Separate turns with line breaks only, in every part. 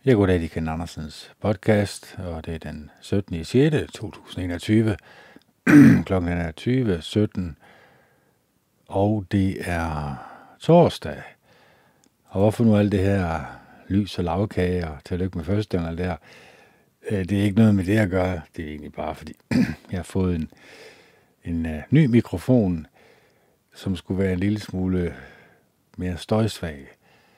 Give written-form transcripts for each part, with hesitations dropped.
Ja, goddag, det er Ken Andersens podcast, og det er den 17. 6. 2021. Klokken er 20.17, og det er torsdag. Og hvorfor nu alt det her lys og lavkage og tillykke med fødselsdagen og der? Det er ikke noget med det at gøre. Det er egentlig bare fordi, jeg har fået en ny mikrofon, som skulle være en lille smule mere støjsvag.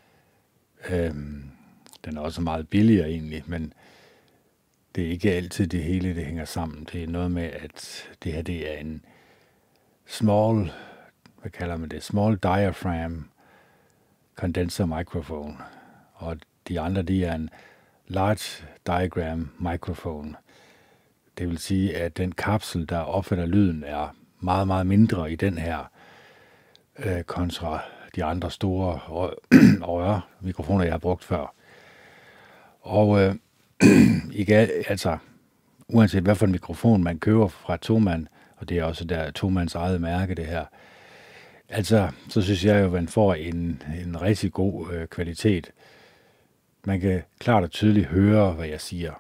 Den er også meget billigere egentlig, men det er ikke altid det hele, det hænger sammen. Det er noget med, at det her det er en small, hvad kalder man det, small diaphragm condenser microphone, og de andre, de er en large diaphragm microphone. Det vil sige, at den kapsel, der opfatter lyden, er meget, meget mindre i den her, kontra de andre store rørmikrofoner, jeg har brugt før. Og altså, uanset hvad for en mikrofon man køber fra Thomann, og det er også der Thomanns eget mærke, det her, altså, så synes jeg jo, at man får en rigtig god kvalitet. Man kan klart og tydeligt høre, hvad jeg siger.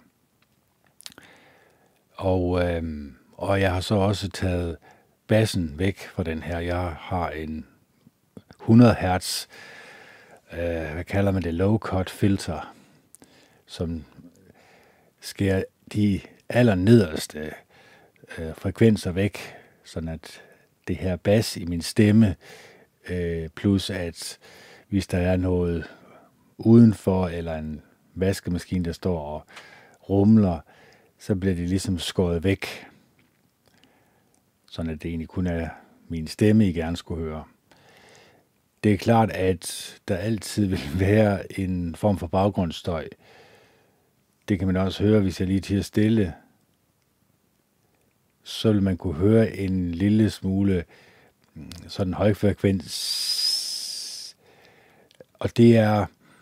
Og jeg har så også taget bassen væk fra den her. Jeg har en 100 Hz, hvad kalder man det, low-cut filter, som skærer de allernederste frekvenser væk, sådan at det her bas i min stemme, plus at hvis der er noget udenfor, eller en vaskemaskine, der står og rumler, så bliver det ligesom skåret væk, sådan at det egentlig kun er min stemme, I gerne skulle høre. Det er klart, at der altid vil være en form for baggrundsstøj. Det kan man også høre, hvis jeg lige tiger stille. Så vil man kunne høre en lille smule sådan højfrekvens. Og det er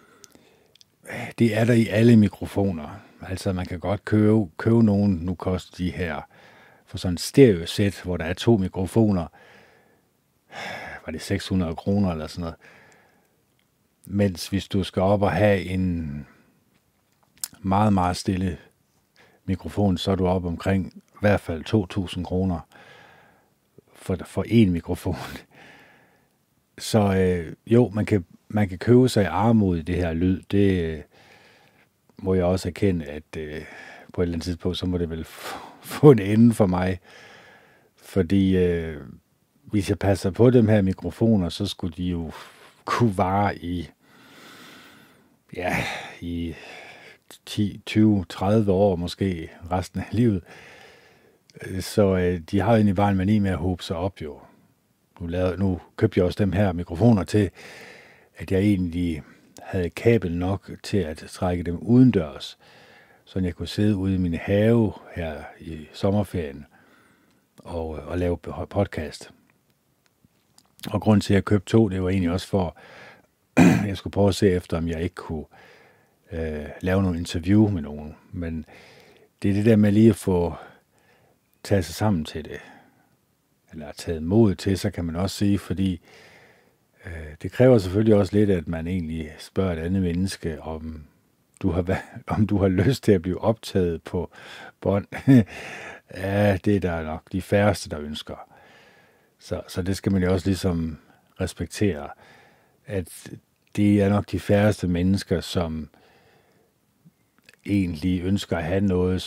der i alle mikrofoner. Altså man kan godt købe nogen, nu koster de her, for sådan et stereosæt, hvor der er 2 mikrofoner. Var det 600 kroner eller sådan noget. Mens hvis du skal op og have en meget, meget stille mikrofon, så er du op omkring i hvert fald 2.000 kroner for én mikrofon. Så jo, man kan købe sig i armod i det her lyd. Det må jeg også erkende, at på et eller andet tidspunkt, så må det vel få en ende for mig. Fordi hvis jeg passer på dem her mikrofoner, så skulle de jo kunne vare i 10, 20, 30 år måske resten af livet. Så de har egentlig bare en mani med at håbe sig op jo. Nu købte jeg også dem her mikrofoner til, at jeg egentlig havde kabel nok til at trække dem udendørs, så jeg kunne sidde ude i min have her i sommerferien og lave podcast. Og grunden til, at jeg købte 2, det var egentlig også for, at jeg skulle prøve at se efter, om jeg ikke kunne lave nogle interview med nogen. Men det er det der med lige at få taget sig sammen til det. Eller taget mod til, så kan man også sige, fordi det kræver selvfølgelig også lidt, at man egentlig spørger et andet menneske, om du har lyst til at blive optaget på bånd. Ja, det er der nok de færreste, der ønsker. Så det skal man jo også ligesom respektere, at det er nok de færreste mennesker, som egentlig ønsker at have noget,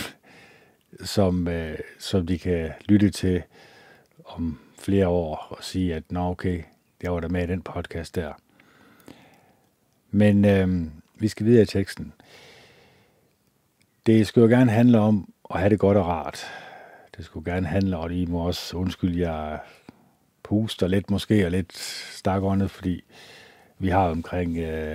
som de kan lytte til om flere år og sige, at nå okay, jeg var der med i den podcast der. Men vi skal videre i teksten. Det skulle jo gerne handle om at have det godt og rart. Det skulle gerne handle, og I må også undskylde, jeg puster lidt måske, og lidt stakåndet, fordi vi har omkring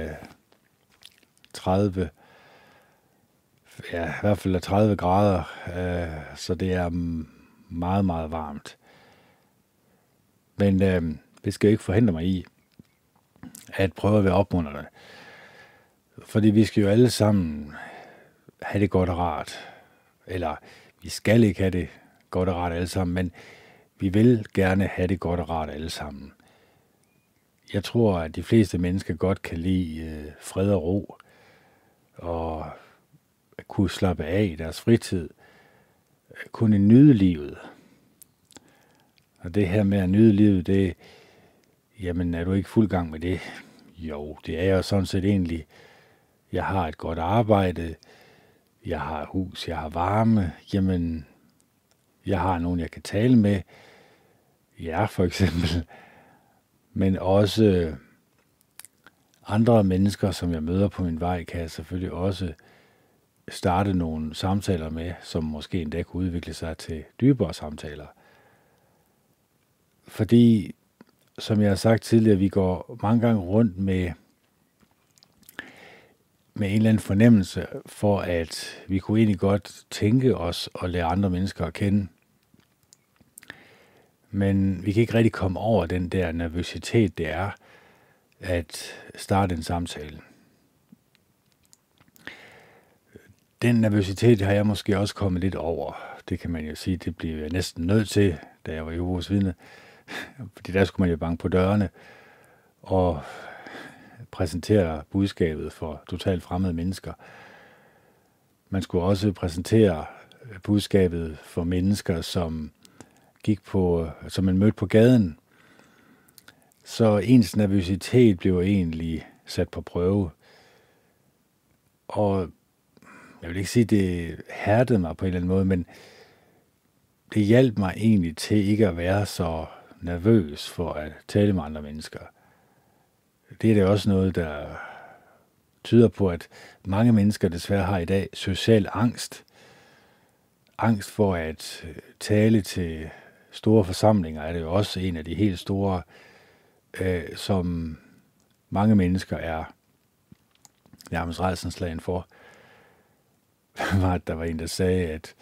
30, ja, i hvert fald 30 grader, så det er meget, meget varmt. Men det skal ikke forhindre mig i at prøve at være opmuntrende. Fordi vi skal jo alle sammen have det godt og rart. Eller vi skal ikke have det godt og rart alle sammen, men vi vil gerne have det godt og rart alle sammen. Jeg tror, at de fleste mennesker godt kan lide fred og ro. og kunne slappe af i deres fritid, kunne nyde livet. Og det her med at nyde livet, det, jamen er du ikke fuld gang med det? Jo, det er jeg sådan set egentlig. Jeg har et godt arbejde, jeg har hus, jeg har varme, jamen jeg har nogen, jeg kan tale med, ja for eksempel, men også andre mennesker, som jeg møder på min vej, kan jeg selvfølgelig også starte nogle samtaler med, som måske endda kunne udvikle sig til dybere samtaler. Fordi, som jeg har sagt tidligere, vi går mange gange rundt med en eller anden fornemmelse for, at vi kunne egentlig godt tænke os at lære andre mennesker at kende. Men vi kan ikke rigtig komme over den der nervøsitet, det er at starte en samtale. Den nervøsitet har jeg måske også kommet lidt over. Det kan man jo sige, det blev jeg næsten nødt til, da jeg var Jehovas vidne. Fordi der skulle man jo banke på dørene og præsentere budskabet for totalt fremmede mennesker. Man skulle også præsentere budskabet for mennesker, som man mødte på gaden. Så ens nervøsitet blev egentlig sat på prøve. Og jeg vil ikke sige, det hærdede mig på en eller anden måde, men det hjalp mig egentlig til ikke at være så nervøs for at tale med andre mennesker. Det er det også noget, der tyder på, at mange mennesker desværre har i dag social angst. Angst for at tale til store forsamlinger er det jo også en af de helt store, som mange mennesker er nærmest rædselsslagen for. Der var en, der sagde, at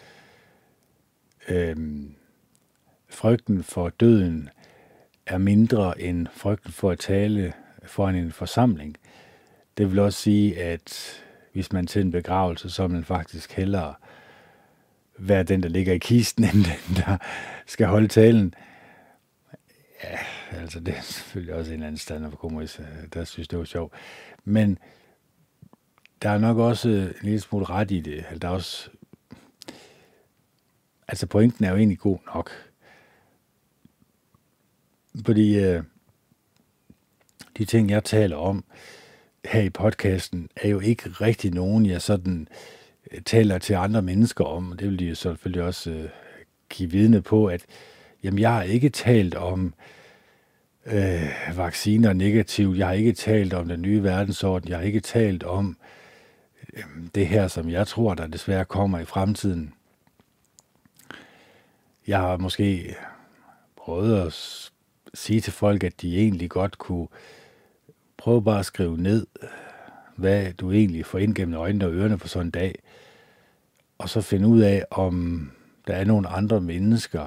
frygten for døden er mindre end frygten for at tale foran en forsamling. Det vil også sige, at hvis man til en begravelse, så vil man faktisk hellere være den, der ligger i kisten, end den, der skal holde talen. Ja, altså det er selvfølgelig også en eller anden standard for kommerce, der synes det var sjovt. Men der er nok også en lille smule ret i det. Der er også, altså pointen er jo egentlig god nok. Fordi de ting, jeg taler om her i podcasten, er jo ikke rigtig nogen, jeg sådan taler til andre mennesker om. Og det vil de jo selvfølgelig også give vidne på, at jamen, jeg har ikke talt om vacciner negativt. Jeg har ikke talt om den nye verdensorden. Jeg har ikke talt om det her, som jeg tror, der desværre kommer i fremtiden. Jeg har måske prøvet at sige til folk, at de egentlig godt kunne prøve bare at skrive ned, hvad du egentlig får ind gennem øjnene og ørerne på sådan en dag, og så finde ud af, om der er nogle andre mennesker,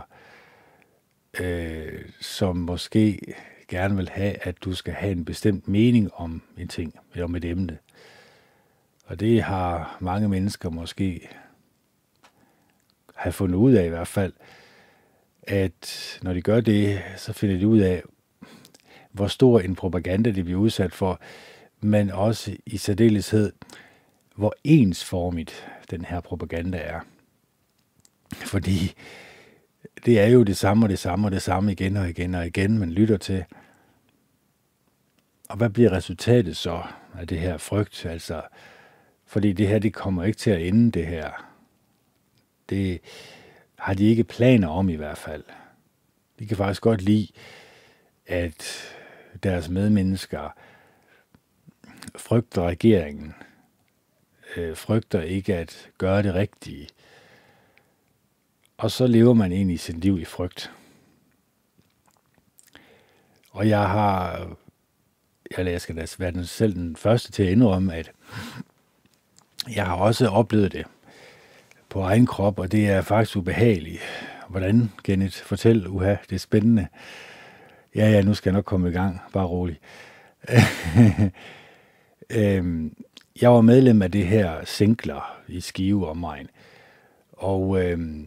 som måske gerne vil have, at du skal have en bestemt mening om en ting, eller om et emne. Og det har mange mennesker måske har fundet ud af i hvert fald, at når de gør det, så finder de ud af, hvor stor en propaganda de bliver udsat for, men også i særdeleshed, hvor ensformigt den her propaganda er. Fordi det er jo det samme og det samme og det samme igen og igen og igen, man lytter til. Og hvad bliver resultatet så af det her frygt? Altså, fordi det her, det kommer ikke til at ende, det her. Det har de ikke planer om i hvert fald. De kan faktisk godt lide, at deres medmennesker frygter regeringen, frygter ikke at gøre det rigtige. Og så lever man egentlig sit liv i frygt. Og jeg skal da være selv den første til at indrømme, at jeg har også oplevet det på egen krop, og det er faktisk ubehageligt. Hvordan, Kenneth? Fortæl, det er spændende. Ja, nu skal jeg nok komme i gang, bare rolig. Jeg var medlem af det her Singler i Skive omegn, og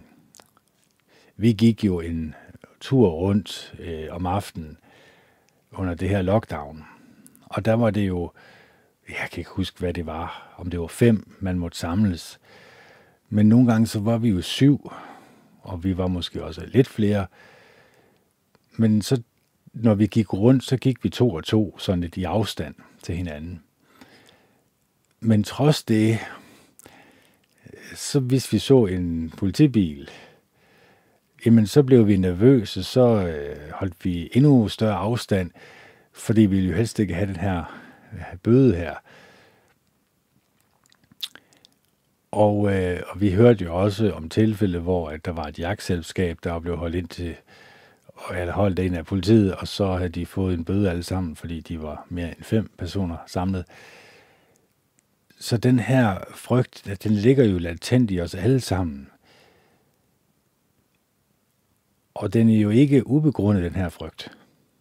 vi gik jo en tur rundt om aftenen under det her lockdown. Og der var det jo jeg kan ikke huske, hvad det var, om det var 5, man måtte samles. Men nogle gange så var vi jo 7, og vi var måske også lidt flere. Men så, når vi gik rundt, så gik vi 2 og 2, sådan lidt i afstand til hinanden. Men trods det, så hvis vi så en politibil, jamen så blev vi nervøse, så holdt vi endnu større afstand, fordi vi ville jo helst ikke have den her bøde her. Og vi hørte jo også om tilfælde, hvor at der var et jagtselskab, der blev holdt ind af politiet, og så havde de fået en bøde alle sammen, fordi de var mere end 5 personer samlet. Så den her frygt, den ligger jo latent i os alle sammen. Og den er jo ikke ubegrundet, den her frygt.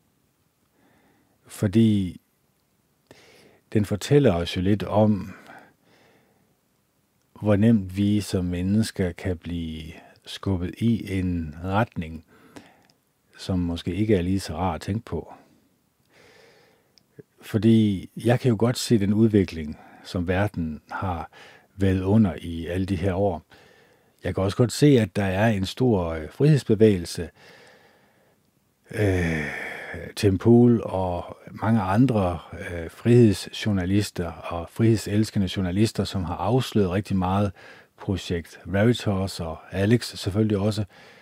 Fordi den fortæller os jo lidt om, hvor nemt vi som mennesker kan blive skubbet i en retning, som måske ikke er lige så rar at tænke på. Fordi jeg kan jo godt se den udvikling, som verden har været under i alle de her år. Jeg kan også godt se, at der er en stor frihedsbevægelse. Tim Pool og mange andre frihedsjournalister og frihedselskende journalister, som har afsløret rigtig meget. Projekt Veritas og Alex selvfølgelig også.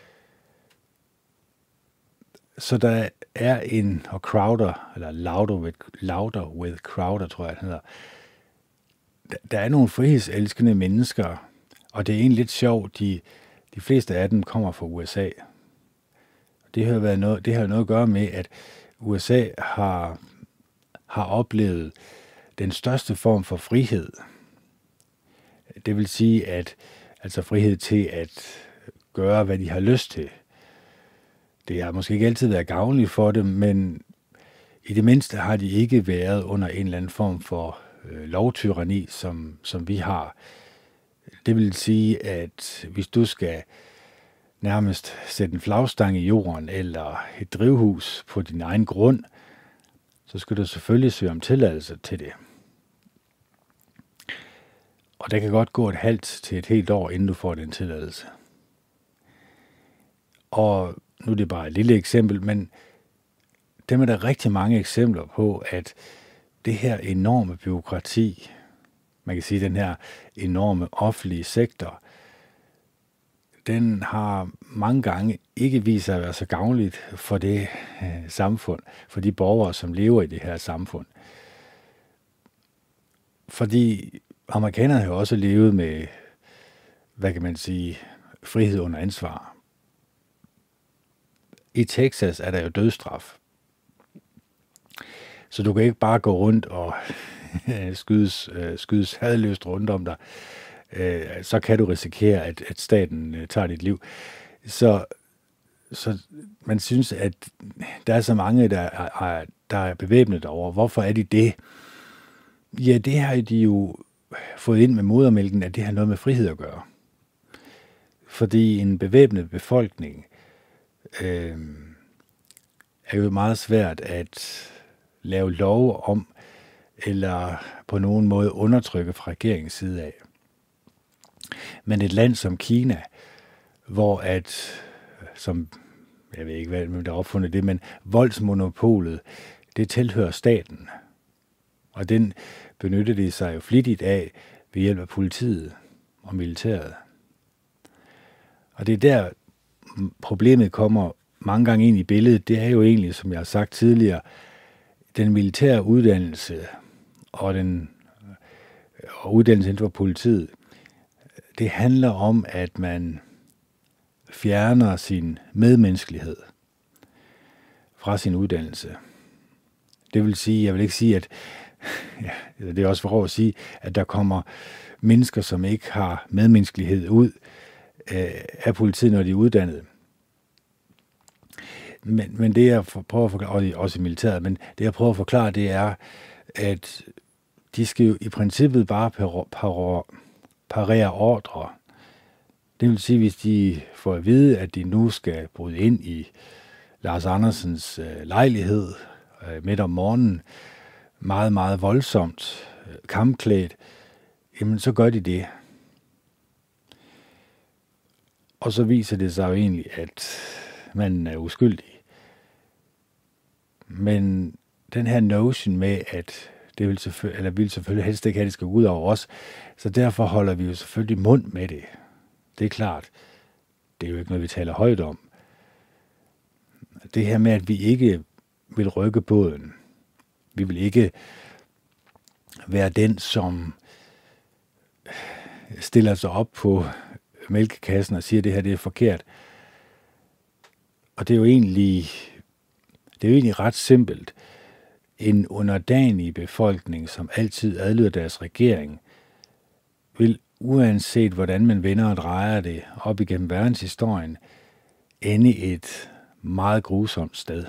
Så der er og Crowder, eller Louder with Crowder, tror jeg, han hedder. Der er nogle frihedselskende mennesker, og det er egentlig lidt sjovt, de fleste af dem kommer fra USA. Det har noget at gøre med, at USA har oplevet den største form for frihed. Det vil sige, at altså frihed til at gøre, hvad de har lyst til. Det har måske ikke altid været gavnligt for dem, men i det mindste har de ikke været under en eller anden form for lovtyranni, som vi har. Det vil sige, at hvis du skal nærmest sætte en flagstang i jorden eller et drivhus på din egen grund, så skal du selvfølgelig søge om tilladelse til det. Og der kan godt gå et halvt til et helt år, inden du får den tilladelse. Og nu er det bare et lille eksempel, men dem er der rigtig mange eksempler på, at det her enorme bureaukrati, man kan sige den her enorme offentlige sektor, den har mange gange ikke vist sig at være så gavnligt for det samfund, for de borgere, som lever i det her samfund. Fordi amerikanerne har jo også levet med, hvad kan man sige, frihed under ansvar. I Texas er der jo dødsstraf. Så du kan ikke bare gå rundt og skydes hadløst rundt om dig. Så kan du risikere, at staten tager dit liv. Så man synes, at der er så mange, der er bevæbnet over. Hvorfor er de det? Ja, det har de jo fået ind med modermælken, at det har noget med frihed at gøre. Fordi en bevæbnet befolkning er jo meget svært at lave lov om, eller på nogen måde undertrykke fra regeringens side af. Men et land som Kina, hvor jeg ved ikke, hvad der har opfundet det, men voldsmonopolet, det tilhører staten. Og den benytter de sig jo flittigt af ved hjælp af politiet og militæret. Og det er der, problemet kommer mange gange ind i billedet. Det er jo egentlig, som jeg har sagt tidligere, den militære uddannelse og uddannelse inden for politiet. Det handler om, at man fjerner sin medmenneskelighed fra sin uddannelse. Det vil sige, jeg vil ikke sige, at det er også for at sige, at der kommer mennesker, som ikke har medmenneskelighed ud af politiet, når de er uddannet. Men det jeg prøver at forklare, også i militæret, men det jeg prøver at forklare, det er, at de skal jo i princippet bare parere ordre. Det vil sige, hvis de får at vide, at de nu skal bryde ind i Lars Andersens lejlighed midt om morgenen meget, meget voldsomt, kampklædt, jamen så gør de det. Og så viser det sig jo egentlig, at man er uskyldig. Men den her notion med, at det vil selvfølgelig helst ikke have, at det skal gå ud over os, så derfor holder vi jo selvfølgelig mund med det. Det er klart. Det er jo ikke noget, vi taler højt om. Det her med, at vi ikke vil rykke båden. Vi vil ikke være den, som stiller sig op på mælkekassen og siger, at det her det er forkert. Og det er jo egentlig ret simpelt. En underdanig befolkning, som altid adlyder deres regering, vil uanset hvordan man vender og drejer det op igennem verdenshistorien, ende et meget grusomt sted.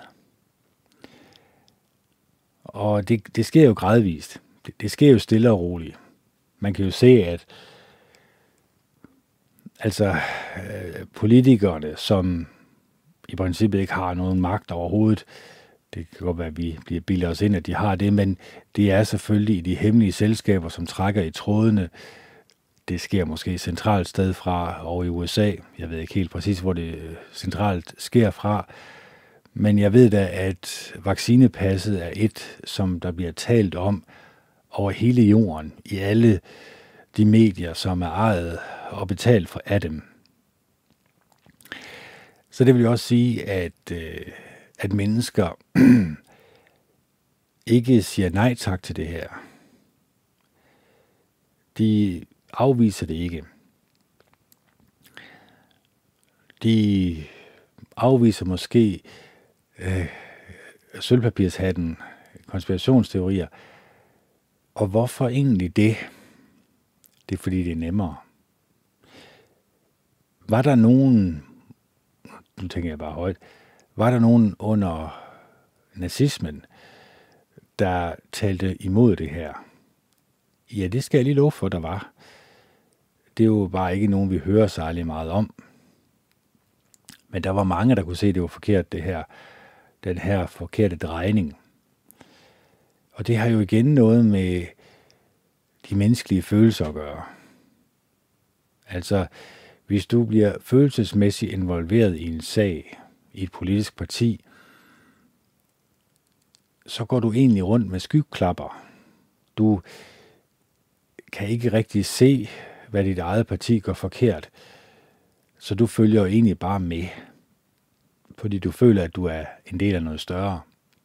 Og det sker jo gradvist. Det sker jo stille og roligt. Man kan jo se, at politikerne, som i princippet ikke har nogen magt overhovedet, det kan godt være, at vi bliver bildet os ind, at de har det, men det er selvfølgelig i de hemmelige selskaber, som trækker i trådene. Det sker måske et centralt sted fra over i USA. Jeg ved ikke helt præcis, hvor det centralt sker fra. Men jeg ved da, at vaccinepasset er et, som der bliver talt om over hele jorden, i alle de medier, som er ejet og betalt for af dem. Så det vil jo også sige, at mennesker ikke siger nej tak til det her. De afviser det ikke. De afviser måske sølvpapirshatten, konspirationsteorier. Og hvorfor egentlig det? Det er fordi, det er nemmere. Var der nogen, nu tænker jeg bare højt, var der nogen under nazismen, der talte imod det her? Ja, det skal jeg lige love for, der var. Det er jo bare ikke nogen, vi hører særlig meget om. Men der var mange, der kunne se, at det var forkert, den her forkerte drejning. Og det har jo igen noget med de menneskelige følelser at gøre. Altså, hvis du bliver følelsesmæssigt involveret i en sag, i et politisk parti, så går du egentlig rundt med skyklapper. Du kan ikke rigtig se, hvad dit eget parti gør forkert. Så du følger jo egentlig bare med. Fordi du føler, at du er en del af noget større.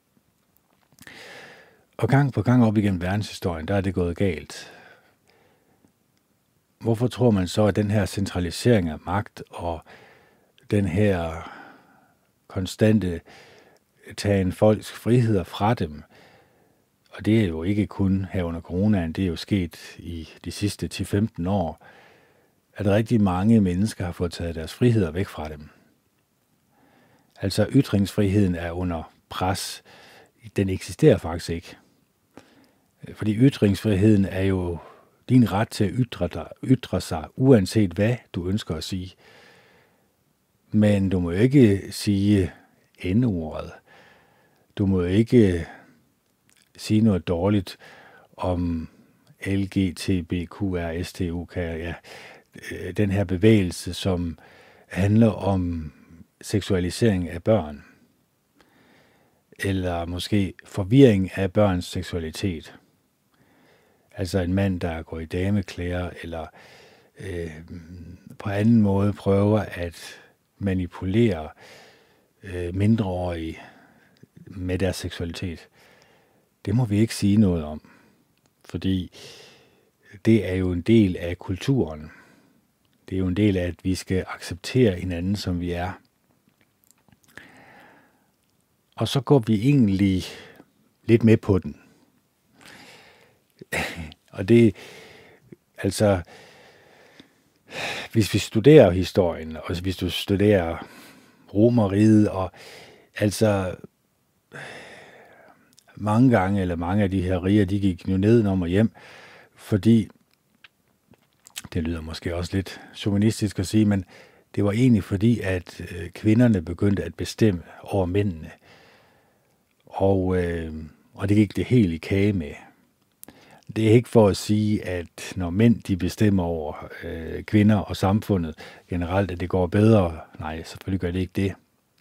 Og gang på gang op igennem verdenshistorien, der er det gået galt. Hvorfor tror man så, at den her centralisering af magt og den her konstante tagen folks friheder fra dem, og det er jo ikke kun her under coronaen, det er jo sket i de sidste 10-15 år, at rigtig mange mennesker har fået taget deres friheder væk fra dem. Altså ytringsfriheden er under pres. Den eksisterer faktisk ikke. Fordi ytringsfriheden er jo din ret til at ytre sig, uanset hvad du ønsker at sige. Men du må ikke sige N-ordet. Du må ikke sige noget dårligt om LGTBQRSTUK, ja, den her bevægelse, som handler om seksualisering af børn. Eller måske forvirring af børns seksualitet. Altså en mand, der går i dameklæder, eller på anden måde prøver at manipulere mindreårige med deres seksualitet. Det må vi ikke sige noget om, fordi det er jo en del af kulturen. Det er jo en del af, at vi skal acceptere hinanden, som vi er. Og så går vi egentlig lidt med på den. Og det, altså, hvis vi studerer historien, og hvis du studerer Romerriget, og altså mange af de her riger, de gik jo nedenom og hjem, fordi, det lyder måske også lidt chauvinistisk at sige, men det var egentlig fordi, at kvinderne begyndte at bestemme over mændene. Og Og det gik det helt i kage med. Det er ikke for at sige, at når mænd de bestemmer over kvinder og samfundet generelt, at det går bedre. Nej, selvfølgelig gør det ikke det.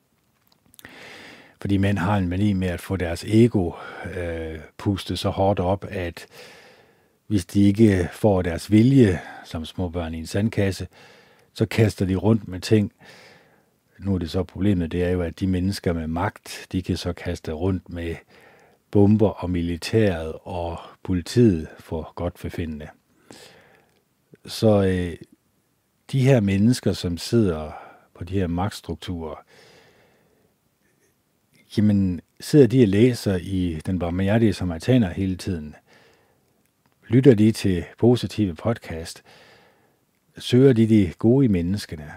Fordi mænd har en mani med at få deres ego pustet så hårdt op, at hvis de ikke får deres vilje, som små børn i en sandkasse, så kaster de rundt med ting. Nu er det så problemet, det er jo, at de mennesker med magt, de kan så kaste rundt med bomber og militæret og politiet for godt forfindende. Så de her mennesker, som sidder på de her magtstrukturer, jamen sidder de og læser i den barmhjertige samaritaner hele tiden? Lytter de til positive podcast? Søger de gode i menneskene?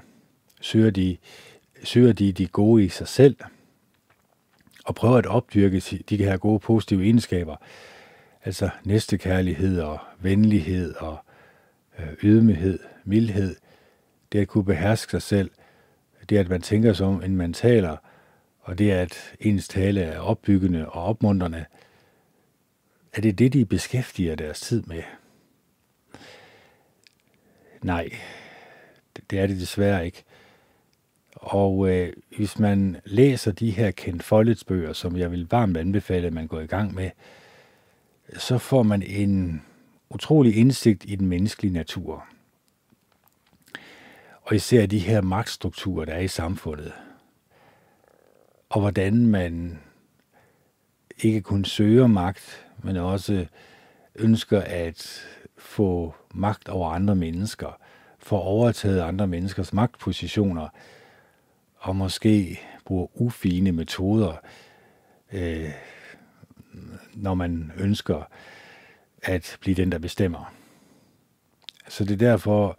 Søger de gode i sig selv? Og prøver at opdyrke de her gode positive egenskaber? Altså næstekærlighed og venlighed og ydmyghed, mildhed. Det at kunne beherske sig selv. Det at man tænker sig om, inden man taler. Og det at ens tale er opbyggende og opmuntrende. Er det det, de beskæftiger deres tid med? Nej, det er det desværre ikke. Og hvis man læser de her Ken Folletts bøger, som jeg vil varmt anbefale, at man går i gang med, så får man en utrolig indsigt i den menneskelige natur. Og især de her magtstrukturer, der er i samfundet. Og hvordan man ikke kun søger magt, men også ønsker at få magt over andre mennesker, få overtaget andre menneskers magtpositioner, og måske bruger ufine metoder, når man ønsker at blive den, der bestemmer. Så det er derfor,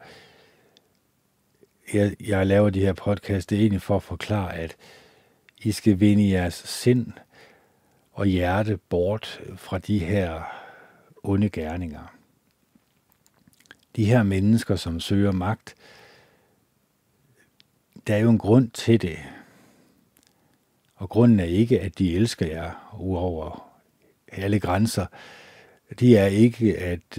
jeg laver de her podcast. Det er egentlig for at forklare, at I skal vinde jeres sind og hjerte bort fra de her onde gerninger. De her mennesker, som søger magt, der er jo en grund til det. Og grunden er ikke, at de elsker jer uover alle grænser. De er ikke,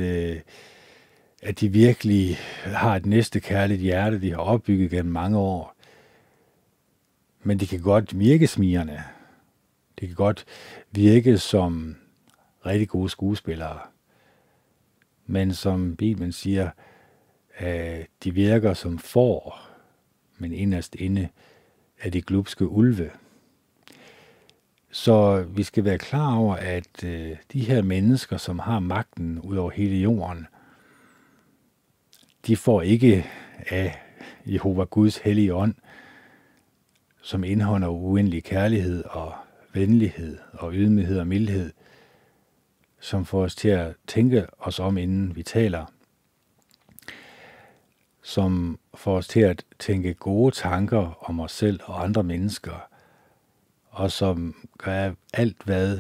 at de virkelig har et næstekærligt hjerte, de har opbygget gennem mange år. Men de kan godt virke smirrende. Det kan godt virke som rigtig gode skuespillere. Men som Bibelen siger, de virker som får, men inderst inde er de glubske ulve. Så vi skal være klar over, at de her mennesker, som har magten ud over hele jorden, de får ikke af Jehova Guds hellige ånd, som indeholder uendelig kærlighed og venlighed og ydmyghed og mildhed, som får os til at tænke os om, inden vi taler, som får os til at tænke gode tanker om os selv og andre mennesker, og som gør alt hvad,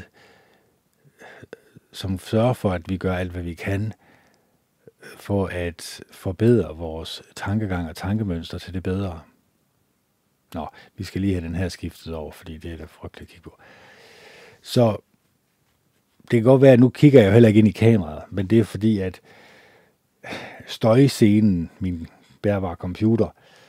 som sørger for, at vi gør alt, hvad vi kan, for at forbedre vores tankegang og tankemønster til det bedre. Nå, vi skal lige have den her skiftet over, fordi det er da frygteligt at kigge på. Så det kan godt være, at nu kigger jeg jo heller ikke ind i kameraet, men det er fordi, at støjscenen, min bærbare computer,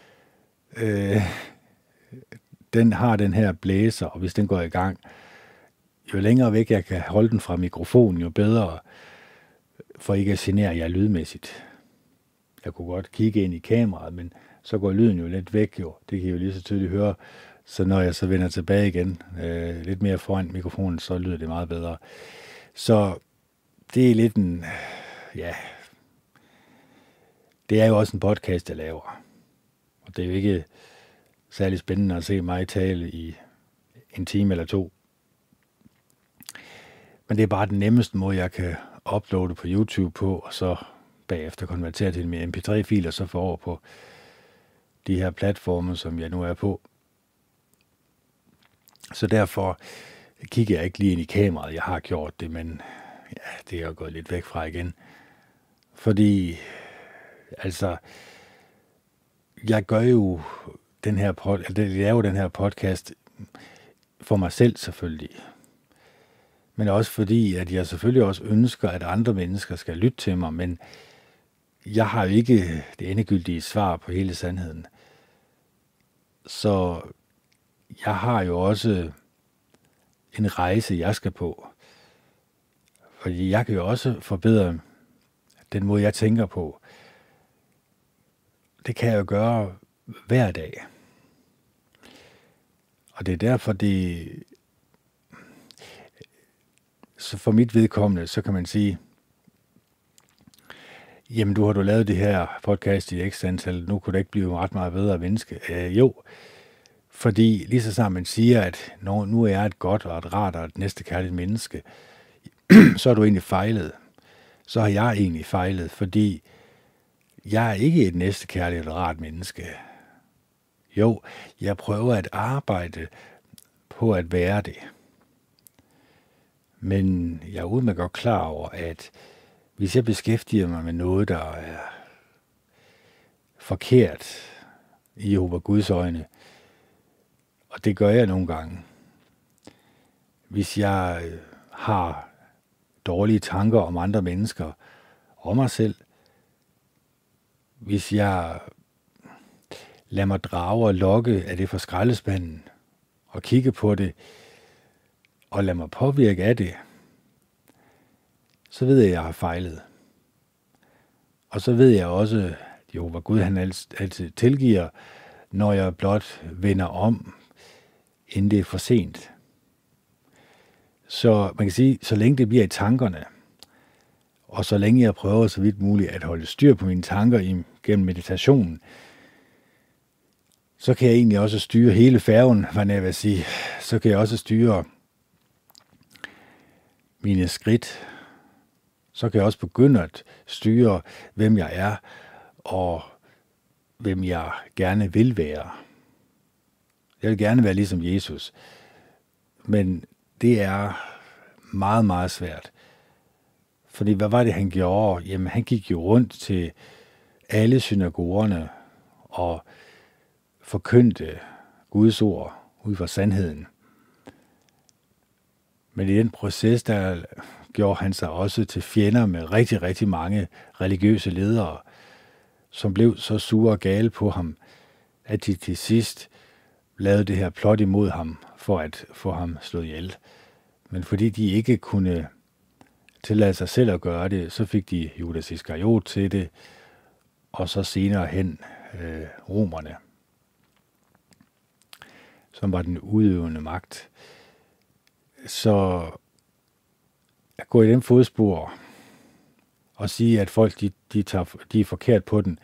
den har den her blæser, og hvis den går i gang, jo længere væk jeg kan holde den fra mikrofonen, jo bedre, for ikke at genere jer lydmæssigt. Jeg kunne godt kigge ind i kameraet, men så går lyden jo lidt væk, jo. Det kan I jo lige så tydeligt høre. Så når jeg så vender tilbage igen, lidt mere foran mikrofonen, så lyder det meget bedre. Så det er lidt en, ja, det er jo også en podcast, jeg laver. Og det er jo ikke særlig spændende at se mig tale i en time eller to. Men det er bare den nemmeste måde, jeg kan uploade på YouTube på, og så bagefter konvertere til min mp3-fil, og så få over på de her platforme, som jeg nu er på. Så derfor kigger jeg ikke lige ind i kameraet. Jeg har gjort det, men ja, det er jo gået lidt væk fra igen. Fordi, altså, jeg gør jo den her podcast for mig selv selvfølgelig. Men også fordi, at jeg selvfølgelig også ønsker, at andre mennesker skal lytte til mig, men jeg har jo ikke det endegyldige svar på hele sandheden. Så jeg har jo også en rejse, jeg skal på. Fordi jeg kan jo også forbedre den måde, jeg tænker på. Det kan jeg jo gøre hver dag. Og det er derfor, så for mit vedkommende, så kan man sige, jamen du har lavet det her podcast i x antal, nu kunne det ikke blive ret meget bedre menneske. Jo, fordi lige så snart man siger, at nu er jeg et godt og et rart og et næstekærligt menneske, så har du egentlig fejlet. Så har jeg egentlig fejlet, fordi jeg er ikke et næstekærligt eller rart menneske. Jo, jeg prøver at arbejde på at være det. Men jeg er udmærket godt klar over, at hvis jeg beskæftiger mig med noget, der er forkert i Jehova Guds øjne, og det gør jeg nogle gange, hvis jeg har dårlige tanker om andre mennesker og mig selv, hvis jeg lader mig drage og lokke af det fra skraldespanden og kigge på det og lader mig påvirke af det, så ved jeg, at jeg har fejlet. Og så ved jeg også, at Jehova Gud han altid tilgiver, når jeg blot vender om, inden det er for sent. Så man kan sige, så længe det bliver i tankerne, og så længe jeg prøver så vidt muligt at holde styr på mine tanker gennem meditationen, så kan jeg egentlig også styre hele færgen, hvad jeg vil sige. Så kan jeg også styre mine skridt. Så kan jeg også begynde at styre, hvem jeg er, og hvem jeg gerne vil være. Jeg vil gerne være ligesom Jesus, men det er meget, meget svært. Fordi hvad var det, han gjorde? Jamen, han gik jo rundt til alle synagogerne og forkyndte Guds ord ud fra sandheden. Men i den proces, der gjorde han sig også til fjender med rigtig, rigtig mange religiøse ledere, som blev så sure og gale på ham, at de til sidst lavede det her plot imod ham, for at få ham slået ihjel. Men fordi de ikke kunne tillade sig selv at gøre det, så fik de Judas Iskariot til det, og så senere hen romerne, som var den udøvende magt. Så at gå i den fodspor og sige, at folk de er forkert på den.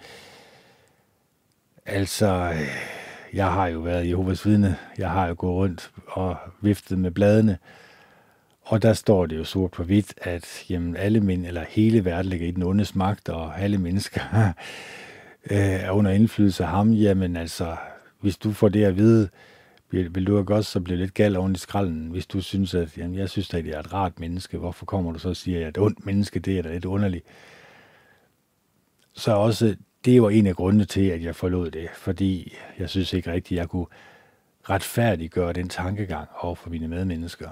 Altså, jeg har jo været Jehovas vidne. Jeg har jo gået rundt og viftet med bladene. Og der står det jo sort på hvidt, at jamen, hele verden ligger i den ondes magt, og alle mennesker er under indflydelse af ham. Jamen altså, hvis du får det at vide, vil du ikke også så blive lidt gal oven i skralden, hvis du synes, at jamen, jeg synes, at jeg er et rart menneske. Hvorfor kommer du så og siger, at jeg er et ondt menneske? Det er da lidt underligt. Så også, det var en af grundene til, at jeg forlod det, fordi jeg synes ikke rigtigt, at jeg kunne retfærdiggøre den tankegang over for mine medmennesker.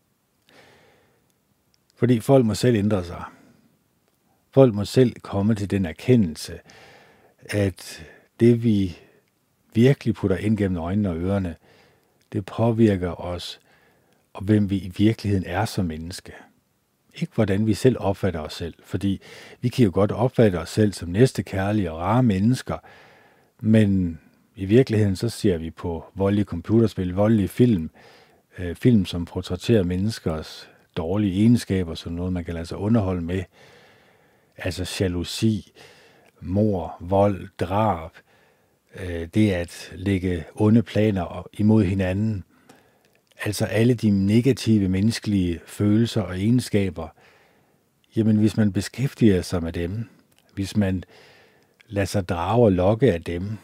Fordi folk må selv ændre sig. Folk må selv komme til den erkendelse, at det vi virkelig putter ind gennem øjnene og ørerne, det påvirker os, og hvem vi i virkeligheden er som menneske. Ikke hvordan vi selv opfatter os selv, fordi vi kan jo godt opfatte os selv som næstekærlige og rare mennesker, men i virkeligheden så ser vi på voldelige computerspil, voldelige film som portrætterer menneskers dårlige egenskaber, som noget man kan lade sig underholde med, altså jalousi, mord, vold, drab, det at lægge onde planer imod hinanden, altså alle de negative menneskelige følelser og egenskaber, jamen hvis man beskæftiger sig med dem, hvis man lader sig drage og lokke af dem,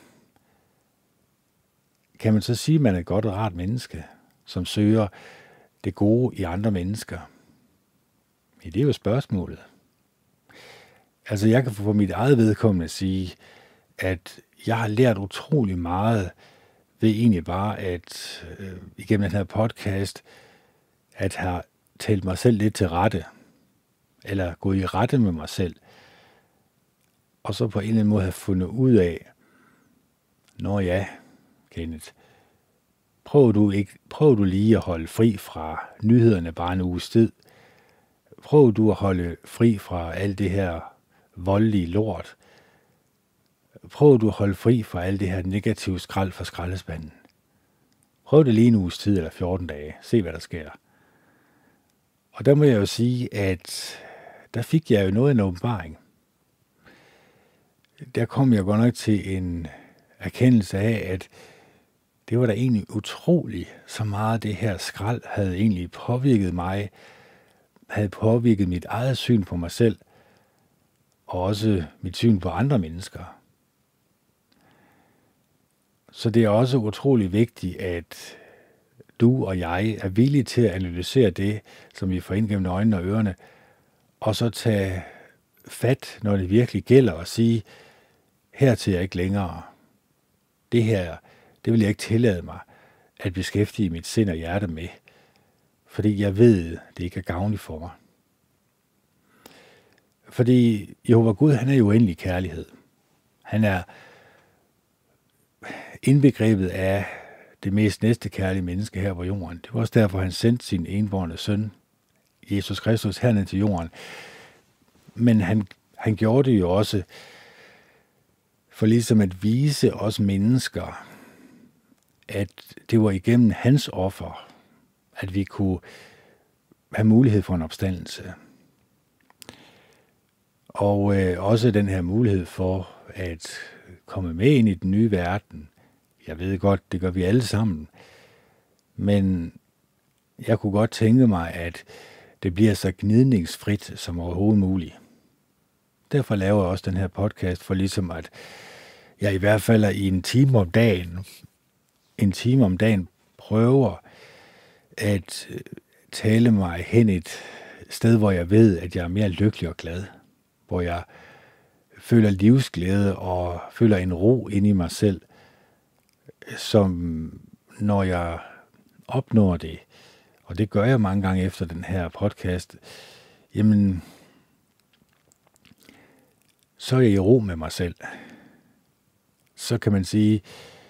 kan man så sige, at man er et godt og rart menneske, som søger det gode i andre mennesker? Ja, det er jo spørgsmålet. Altså jeg kan for mit eget vedkommende sige, at jeg har lært utrolig meget ved egentlig bare at igennem den her podcast, at have talt mig selv lidt til rette, eller gået i rette med mig selv, og så på en eller anden måde have fundet ud af, nå ja, Kenneth, prøv du lige at holde fri fra nyhederne bare en uges tid. Prøv du at holde fri fra alt det her voldelige lort. Prøv du at holde fri fra alt det her negative skrald fra skraldespanden. Prøv det lige en uges tid eller 14 dage. Se, hvad der sker. Og der må jeg jo sige, at der fik jeg jo noget af en åbenbaring. Der kom jeg godt nok til en erkendelse af, at det var da egentlig utroligt, så meget det her skrald havde egentlig påvirket mig, havde påvirket mit eget syn på mig selv, og også mit syn på andre mennesker. Så det er også utrolig vigtigt, at du og jeg er villige til at analysere det, som vi får ind gennem øjnene og ørerne, og så tage fat, når det virkelig gælder, og sige, hertil er jeg ikke længere. Det her, det vil jeg ikke tillade mig at beskæftige mit sind og hjerte med, fordi jeg ved, det ikke er gavnligt for mig. Fordi Jehova Gud, han er jo uendelig kærlighed. Han er indbegrebet af det mest næstekærlige menneske her på jorden. Det var også derfor, han sendte sin enbårne søn, Jesus Kristus, herned til jorden. Men han gjorde det jo også for ligesom at vise os mennesker, at det var igennem hans offer, at vi kunne have mulighed for en opstandelse. Og også den her mulighed for at komme med ind i den nye verden. Jeg ved godt, det gør vi alle sammen. Men jeg kunne godt tænke mig, at det bliver så gnidningsfrit som overhovedet muligt. Derfor laver jeg også den her podcast, for ligesom at jeg i hvert fald i en time om dagen prøver at tale mig hen et sted, hvor jeg ved, at jeg er mere lykkelig og glad. Hvor jeg føler livsglæde og føler en ro inde i mig selv, som når jeg opnår det, og det gør jeg mange gange efter den her podcast, jamen, så er jeg i ro med mig selv. Så kan man sige,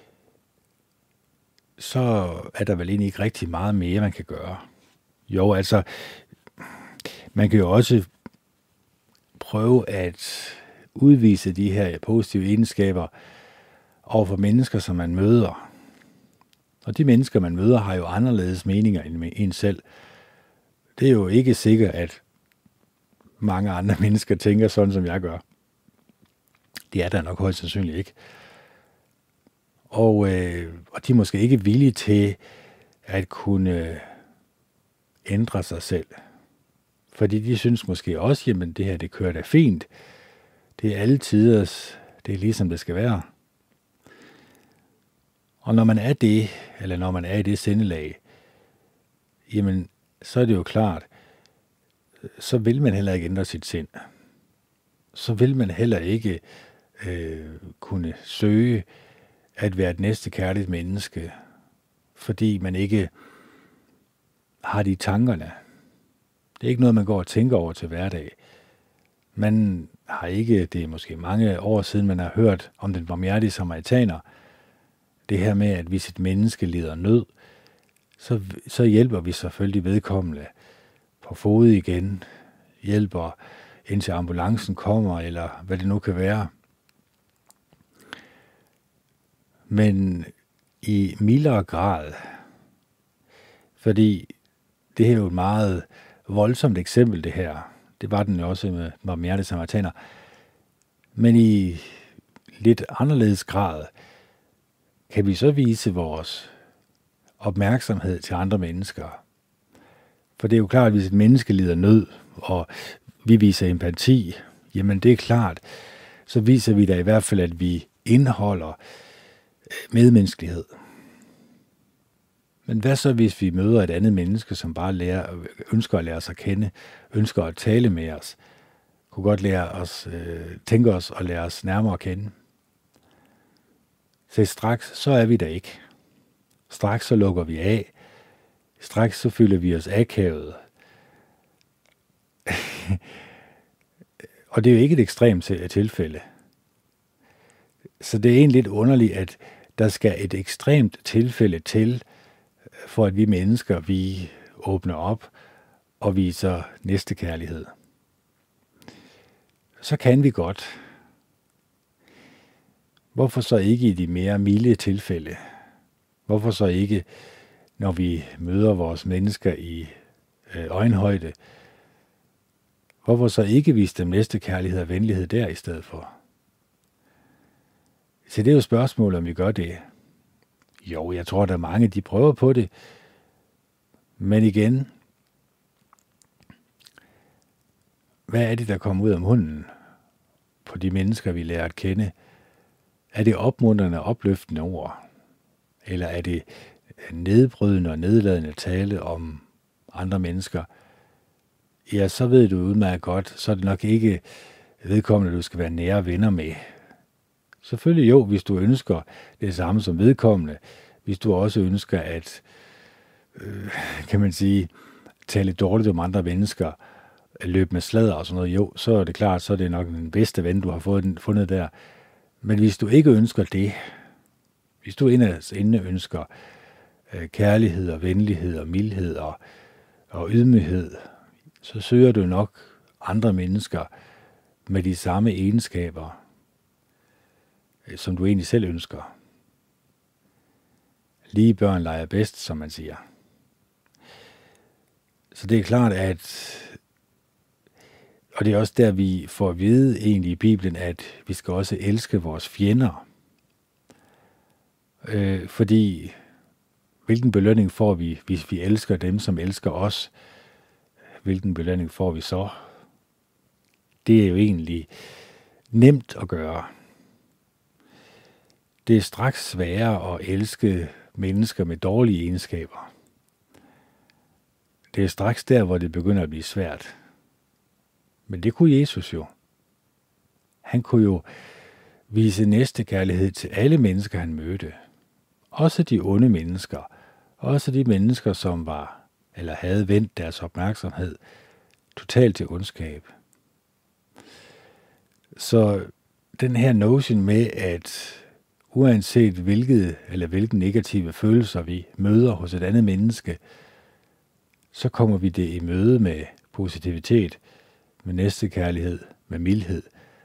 så er der vel egentlig ikke rigtig meget mere, man kan gøre. Jo, altså, man kan jo også prøve at udvise de her positive egenskaber over for mennesker, som man møder. Og de mennesker, man møder, har jo anderledes meninger end en selv. Det er jo ikke sikkert, at mange andre mennesker tænker sådan, som jeg gør. Det er der nok højst sandsynligt ikke. Og de er måske ikke villige til at kunne ændre sig selv. Fordi de synes måske også, jamen det her, det kører da fint. Det er alle tiders, det er ligesom det skal være. Og når man er det, eller når man er i det sindelag, jamen så er det jo klart, så vil man heller ikke ændre sit sind. Så vil man heller ikke kunne søge at være et næstekærligt menneske, fordi man ikke har de tankerne. Det er ikke noget, man går og tænker over til hverdag. Man har ikke, det er måske mange år siden, man har hørt om den barmhjertige samaritaner. Det her med, at hvis et menneske lider nød, så hjælper vi selvfølgelig vedkommende på fod igen. Hjælper indtil ambulancen kommer, eller hvad det nu kan være. Men i mildere grad, fordi det her er jo et meget voldsomt eksempel, det her. Det var den jo også med barmhjertige samaritaner. Men i lidt anderledes grad kan vi så vise vores opmærksomhed til andre mennesker. For det er jo klart, at hvis et menneske lider nød, og vi viser empati, jamen det er klart, så viser vi da i hvert fald, at vi indeholder medmenneskelighed. Men hvad så, hvis vi møder et andet menneske, som bare ønsker at lære os at kende, ønsker at tale med os, kunne godt lære os, tænke os og lære os nærmere at kende? Så straks, så er vi der ikke. Straks så lukker vi af. Straks så føler vi os akavet. Og det er jo ikke et ekstremt tilfælde. Så det er egentlig lidt underligt, at der skal et ekstremt tilfælde til, for at vi mennesker, vi åbner op og viser næstekærlighed. Så kan vi godt. Hvorfor så ikke i de mere milde tilfælde? Hvorfor så ikke, når vi møder vores mennesker i øjenhøjde? Hvorfor så ikke vise dem næstekærlighed og venlighed der i stedet for? Så det er jo spørgsmålet, om vi gør det. Jo, jeg tror, der er mange, de prøver på det. Men igen, hvad er det, der kommer ud af munden på de mennesker, vi lærer at kende? Er det opmuntrende og opløftende ord? Eller er det nedbrydende og nedladende tale om andre mennesker? Ja, så ved du udmærket godt, så er det nok ikke vedkommende, du skal være nære venner med. Selvfølgelig jo, hvis du ønsker det samme som vedkommende. Hvis du også ønsker at, kan man sige, tale dårligt om andre mennesker, løbe med sladder og sådan noget, jo, så er det klart, så er det nok den bedste ven, du har fundet der. Men hvis du ikke ønsker det, hvis du inderst inde ønsker kærlighed og venlighed og mildhed og ydmyghed, så søger du nok andre mennesker med de samme egenskaber, som du egentlig selv ønsker. Lige børn leger bedst, som man siger. Så det er klart, at, og det er også der, vi får at vide egentlig i Bibelen, at vi skal også elske vores fjender. Fordi, hvilken belønning får vi, hvis vi elsker dem, som elsker os? Hvilken belønning får vi så? Det er jo egentlig nemt at gøre. Det er straks sværere at elske mennesker med dårlige egenskaber. Det er straks der, hvor det begynder at blive svært. Men det kunne Jesus jo. Han kunne jo vise næstekærlighed til alle mennesker, han mødte. Også de onde mennesker. Også de mennesker, som var eller havde vendt deres opmærksomhed totalt til ondskab. Så den her notion med, at uanset hvilke negative følelser vi møder hos et andet menneske, så kommer vi det i møde med positivitet, med næstekærlighed, med mildhed.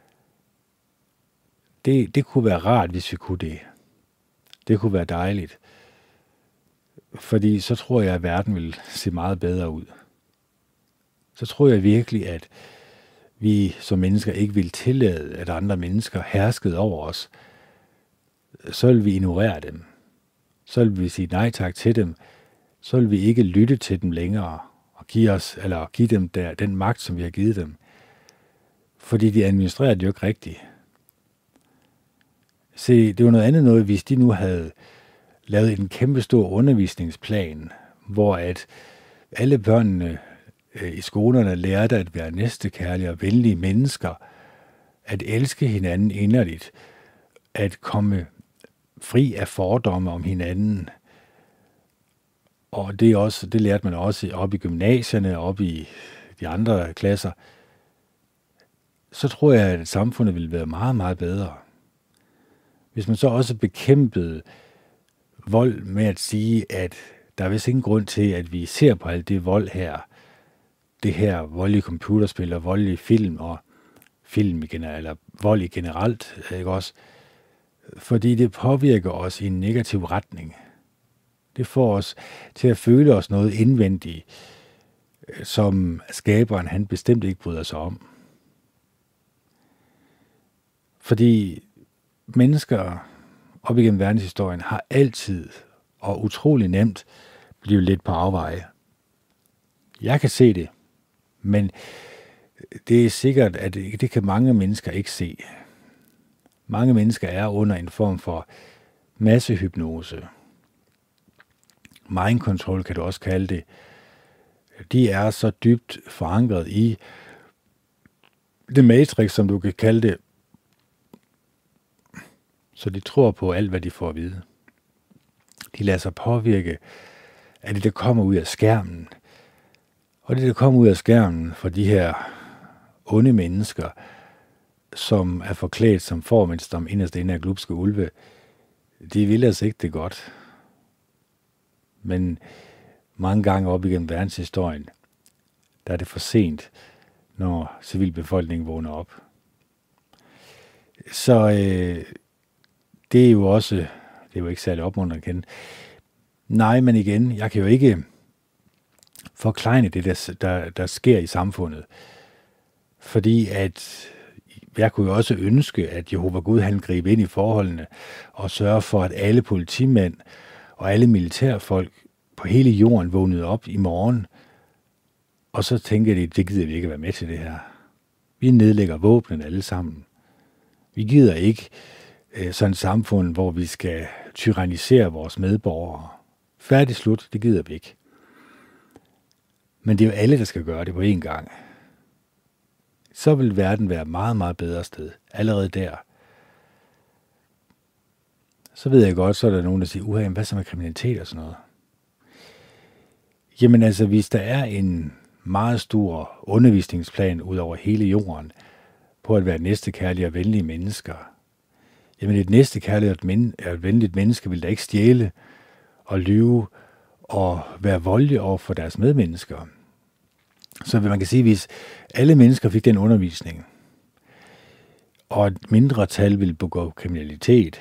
Det kunne være rart, hvis vi kunne det. Det kunne være dejligt. Fordi så tror jeg, at verden vil se meget bedre ud. Så tror jeg virkelig, at vi som mennesker ikke vil tillade, at andre mennesker herskede over os. Så vil vi ignorere dem. Så vil vi sige nej tak til dem. Så vil vi ikke lytte til dem længere og give dem den magt, som vi har givet dem. Fordi de administrerer det jo ikke rigtigt. Se, det var noget andet hvis de nu havde lavet en kæmpestor undervisningsplan, hvor at alle børnene i skolerne lærte at være næstekærlige og venlige mennesker, at elske hinanden inderligt, at komme fri af fordomme om hinanden. Og det lærte man også op i gymnasierne, op i de andre klasser. Så tror jeg, at samfundet ville være meget, meget bedre. Hvis man så også bekæmpede vold med at sige, at der er vist ingen grund til, at vi ser på alt det vold her, det her voldelige computerspil og voldelige film og eller vold i generelt, ikke også? Fordi det påvirker os i en negativ retning. Det får os til at føle os noget indvendigt, som skaberen han bestemt ikke bryder sig om. Fordi mennesker op igennem verdenshistorien har altid og utrolig nemt blive lidt på afveje. Jeg kan se det, men det er sikkert, at det kan mange mennesker ikke se. Mange mennesker er under en form for massehypnose. Mind control kan du også kalde det. De er så dybt forankret i det matrix, som du kan kalde det, så de tror på alt, hvad de får at vide. De lader sig påvirke af det, der kommer ud af skærmen. Og det, der kommer ud af skærmen for de her onde mennesker, som er forklædt som får, mens de inderst inde er glupske ulve, de vil altså ikke det godt. Men mange gange op igennem verdenshistorien, der er det for sent, når civilbefolkningen vågner op. Så det er jo også, det er jo ikke særlig opmuntrende at kende. Nej, men igen, jeg kan jo ikke forklejne det, der sker i samfundet. Fordi at jeg kunne jo også ønske, at Jehova Gud han griber ind i forholdene og sørger for, at alle politimænd og alle militærfolk på hele jorden vågnede op i morgen, og så tænker de, det gider vi ikke være med til det her. Vi nedlægger våbnen alle sammen. Vi gider ikke sådan et samfund, hvor vi skal tyrannisere vores medborgere. Færdig slut, det gider vi ikke. Men det er jo alle, der skal gøre det på én gang. Så vil verden være et meget, meget bedre sted. Allerede der. Så ved jeg godt, så er der nogen, der siger, hvad så med kriminalitet og sådan noget? Jamen altså, hvis der er en meget stor undervisningsplan ud over hele jorden, på at være næstekærlige og venlige mennesker, jamen et næstekærligt og venligt menneske vil da ikke stjæle og lyve og være voldelige over for deres medmennesker. Så man kan sige, hvis alle mennesker fik den undervisning, og et mindre tal ville begå kriminalitet,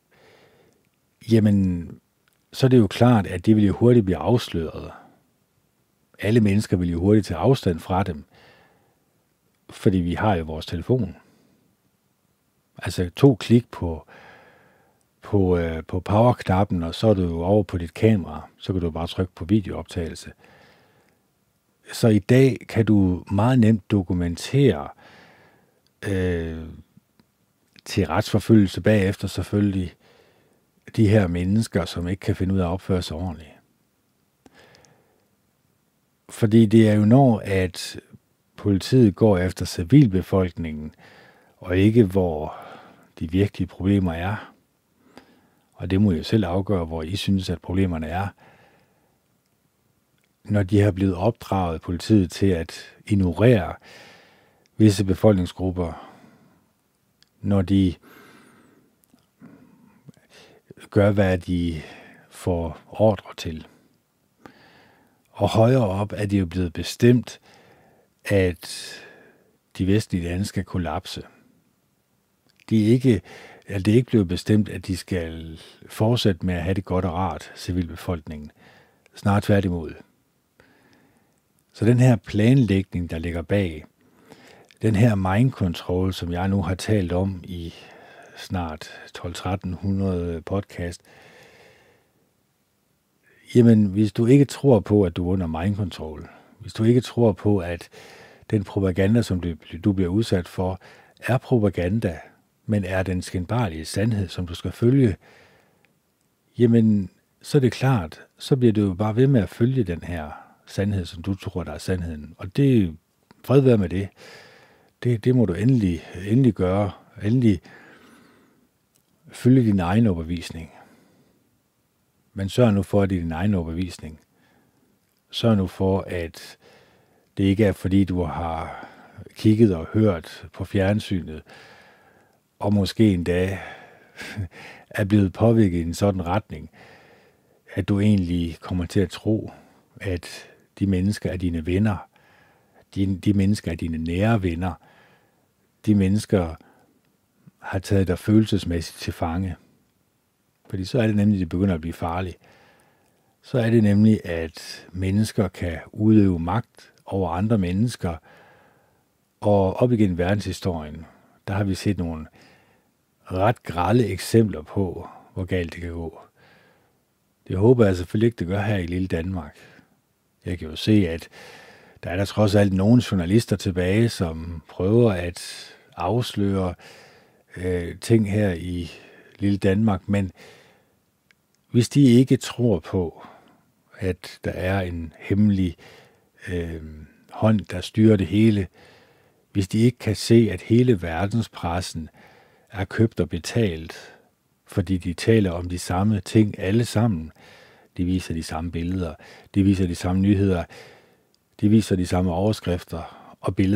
jamen så er det jo klart, at det vil jo hurtigt blive afsløret. Alle mennesker vil jo hurtigt tage afstand fra dem, fordi vi har jo vores telefon. Altså 2 klik på powerknappen, og så er du jo over på dit kamera, så kan du bare trykke på videooptagelse. Så i dag kan du meget nemt dokumentere til retsforfølgelse bagefter selvfølgelig de her mennesker, som ikke kan finde ud af at opføre sig ordentligt. Fordi det er jo når, at politiet går efter civilbefolkningen, og ikke hvor de virkelige problemer er. Og det må jo selv afgøre, hvor I synes, at problemerne er. Når de har blevet opdraget politiet til at ignorere visse befolkningsgrupper, når de gør, hvad de får ordre til. Og højere op er det jo blevet bestemt, at de vestlige lande skal kollapse. Det er ikke blevet bestemt, at de skal fortsætte med at have det godt og rart, civilbefolkningen. Snart tværtimod. Så den her planlægning, der ligger bag, den her mind control, som jeg nu har talt om i snart 1200-1300 podcast, jamen, hvis du ikke tror på, at du er under mind control, hvis du ikke tror på, at den propaganda, som du bliver udsat for, er propaganda, men er den skinbarlige sandhed, som du skal følge, jamen, så er det klart, så bliver du jo bare ved med at følge den her sandhed, som du tror, der er sandheden. Og det, fred være med det. Det må du endelig gøre. Endelig følge din egen overbevisning. Men sørg nu for, at det er din egen overbevisning. Sørg nu for, at det ikke er, fordi du har kigget og hørt på fjernsynet, og måske endda er blevet påvirket i en sådan retning, at du egentlig kommer til at tro, at de mennesker er dine venner. De mennesker er dine nære venner. De mennesker har taget dig følelsesmæssigt til fange. Fordi så er det nemlig, at det begynder at blive farligt. Så er det nemlig, at mennesker kan udøve magt over andre mennesker. Og op igennem verdenshistorien, der har vi set nogle ret grelle eksempler på, hvor galt det kan gå. Det håber jeg selvfølgelig ikke, det gør her i lille Danmark. Jeg kan jo se, at der er der trods alt nogle journalister tilbage, som prøver at afsløre ting her i lille Danmark, men hvis de ikke tror på, at der er en hemmelig hånd, der styrer det hele, hvis de ikke kan se, at hele verdenspressen er købt og betalt, fordi de taler om de samme ting alle sammen, de viser de samme billeder, de viser de samme nyheder, de viser de samme overskrifter og billeder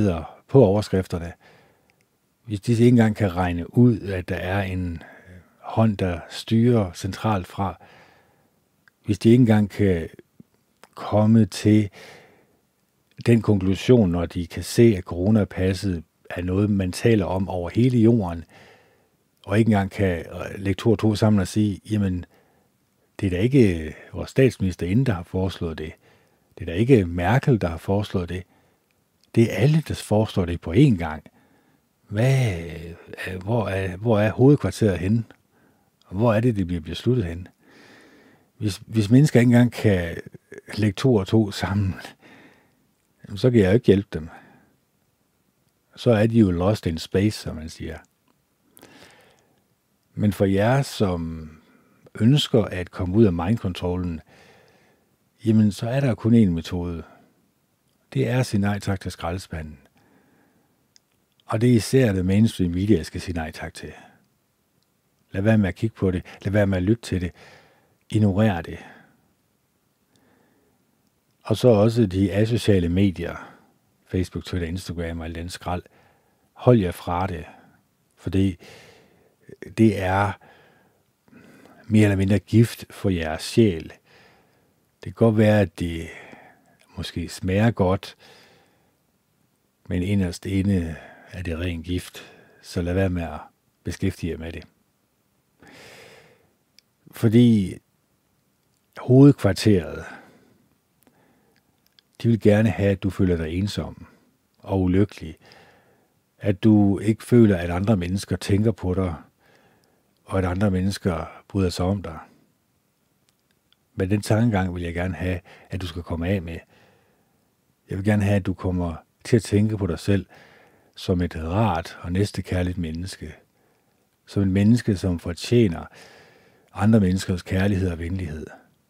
på overskrifterne, hvis de ikke engang kan regne ud, at der er en hånd, der styrer centralt fra, hvis de ikke engang kan komme til den konklusion, når de kan se, at coronapasset er noget, man taler om over hele jorden, og ikke engang kan lægge 2 og 2 sammen og sige, jamen, det er da ikke vores statsminister, der har foreslået det. Det er da ikke Merkel, der har foreslået det. Det er alle, der foreslår det på én gang. Hvor er hovedkvarteret henne? Og hvor er det bliver besluttet henne? Hvis mennesker ikke engang kan lægge 2 og 2 sammen, så kan jeg jo ikke hjælpe dem. Så er de jo lost in space, som man siger. Men for jer, som ønsker at komme ud af mindcontrollen, jamen så er der kun én metode. Det er at sige nej tak til skraldespanden. Og det er især det mainstream media, jeg skal sige nej tak til. Lad være med at kigge på det. Lad være med at lytte til det. Ignorer det. Og så også de asociale medier. Facebook, Twitter, Instagram og alt den skrald. Hold jer fra det. Fordi det er mere eller mindre gift for jeres sjæl. Det kan godt være, at det måske smager godt, men inderst inde er det ren gift. Så lad være med at beskæftige jer med det. Fordi hovedkvarteret, de vil gerne have, at du føler dig ensom og ulykkelig. At du ikke føler, at andre mennesker tænker på dig, og at andre mennesker bryder sig om dig. Men den tankegang vil jeg gerne have, at du skal komme af med. Jeg vil gerne have, at du kommer til at tænke på dig selv som et rart og næstekærligt menneske. Som et menneske, som fortjener andre menneskers kærlighed og venlighed.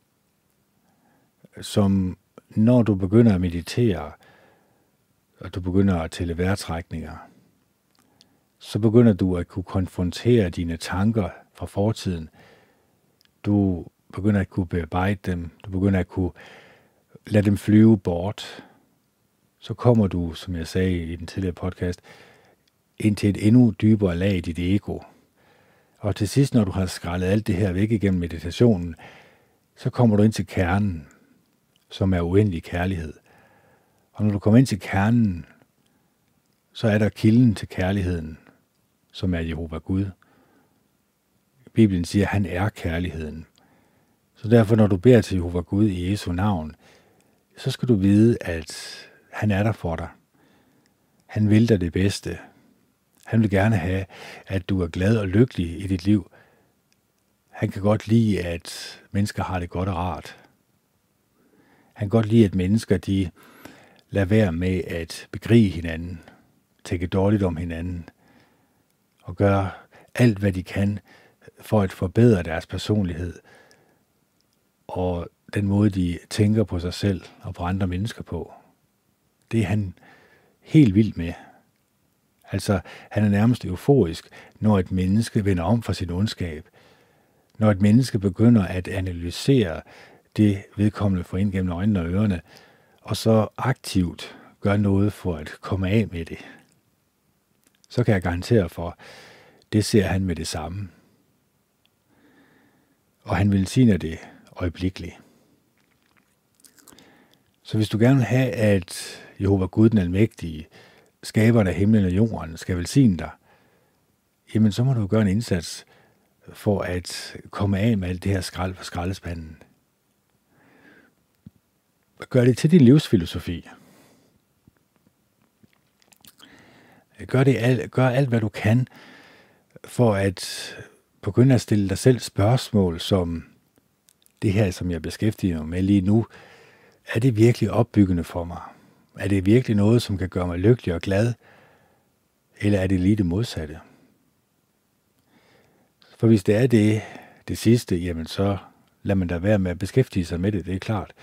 Som når du begynder at meditere, og du begynder at tælle vejrtrækninger, så begynder du at kunne konfrontere dine tanker fra fortiden. Du begynder at kunne bearbejde dem. Du begynder at kunne lade dem flyve bort. Så kommer du, som jeg sagde i den tidligere podcast, ind til et endnu dybere lag i dit ego. Og til sidst, når du har skrællet alt det her væk igennem meditationen, så kommer du ind til kernen, som er uendelig kærlighed. Og når du kommer ind til kernen, så er der kilden til kærligheden, som er Jehova Gud. Bibelen siger, at han er kærligheden. Så derfor, når du beder til Jehova Gud i Jesu navn, så skal du vide, at han er der for dig. Han vil dig det bedste. Han vil gerne have, at du er glad og lykkelig i dit liv. Han kan godt lide, at mennesker har det godt og rart. Han kan godt lide, at mennesker de lader være med at begrige hinanden, tænke dårligt om hinanden, og gøre alt, hvad de kan for at forbedre deres personlighed, og den måde, de tænker på sig selv og på andre mennesker på. Det er han helt vild med. Altså, han er nærmest euforisk, når et menneske vender om fra sin ondskab. Når et menneske begynder at analysere det vedkommende får ind gennem øjnene og ørerne, og så aktivt gør noget for at komme af med det, så kan jeg garantere for, det ser han med det samme. Og han velsigner det øjeblikkeligt. Så hvis du gerne vil have, at Jehova Gud den Almægtige, skaberen af himlen og jorden, skal velsigne dig, jamen så må du gøre en indsats for at komme af med alt det her skrald fra skraldespanden. Gør det til din livsfilosofi. Gør alt, hvad du kan, for at begynde at stille dig selv spørgsmål, som det her, som jeg beskæftiger mig med lige nu. Er det virkelig opbyggende for mig? Er det virkelig noget, som kan gøre mig lykkelig og glad? Eller er det lige det modsatte? For hvis det er det sidste, jamen så lader man da være med at beskæftige sig med det, det er klart.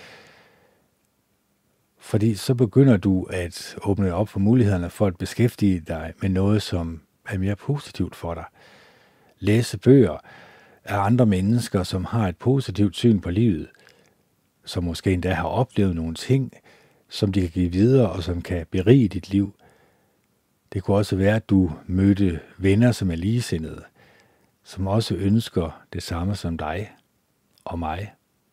Fordi så begynder du at åbne op for mulighederne for at beskæftige dig med noget, som er mere positivt for dig. Læse bøger af andre mennesker, som har et positivt syn på livet, som måske endda har oplevet nogle ting, som de kan give videre og som kan berige dit liv. Det kunne også være, at du mødte venner, som er ligesindede, som også ønsker det samme som dig og mig.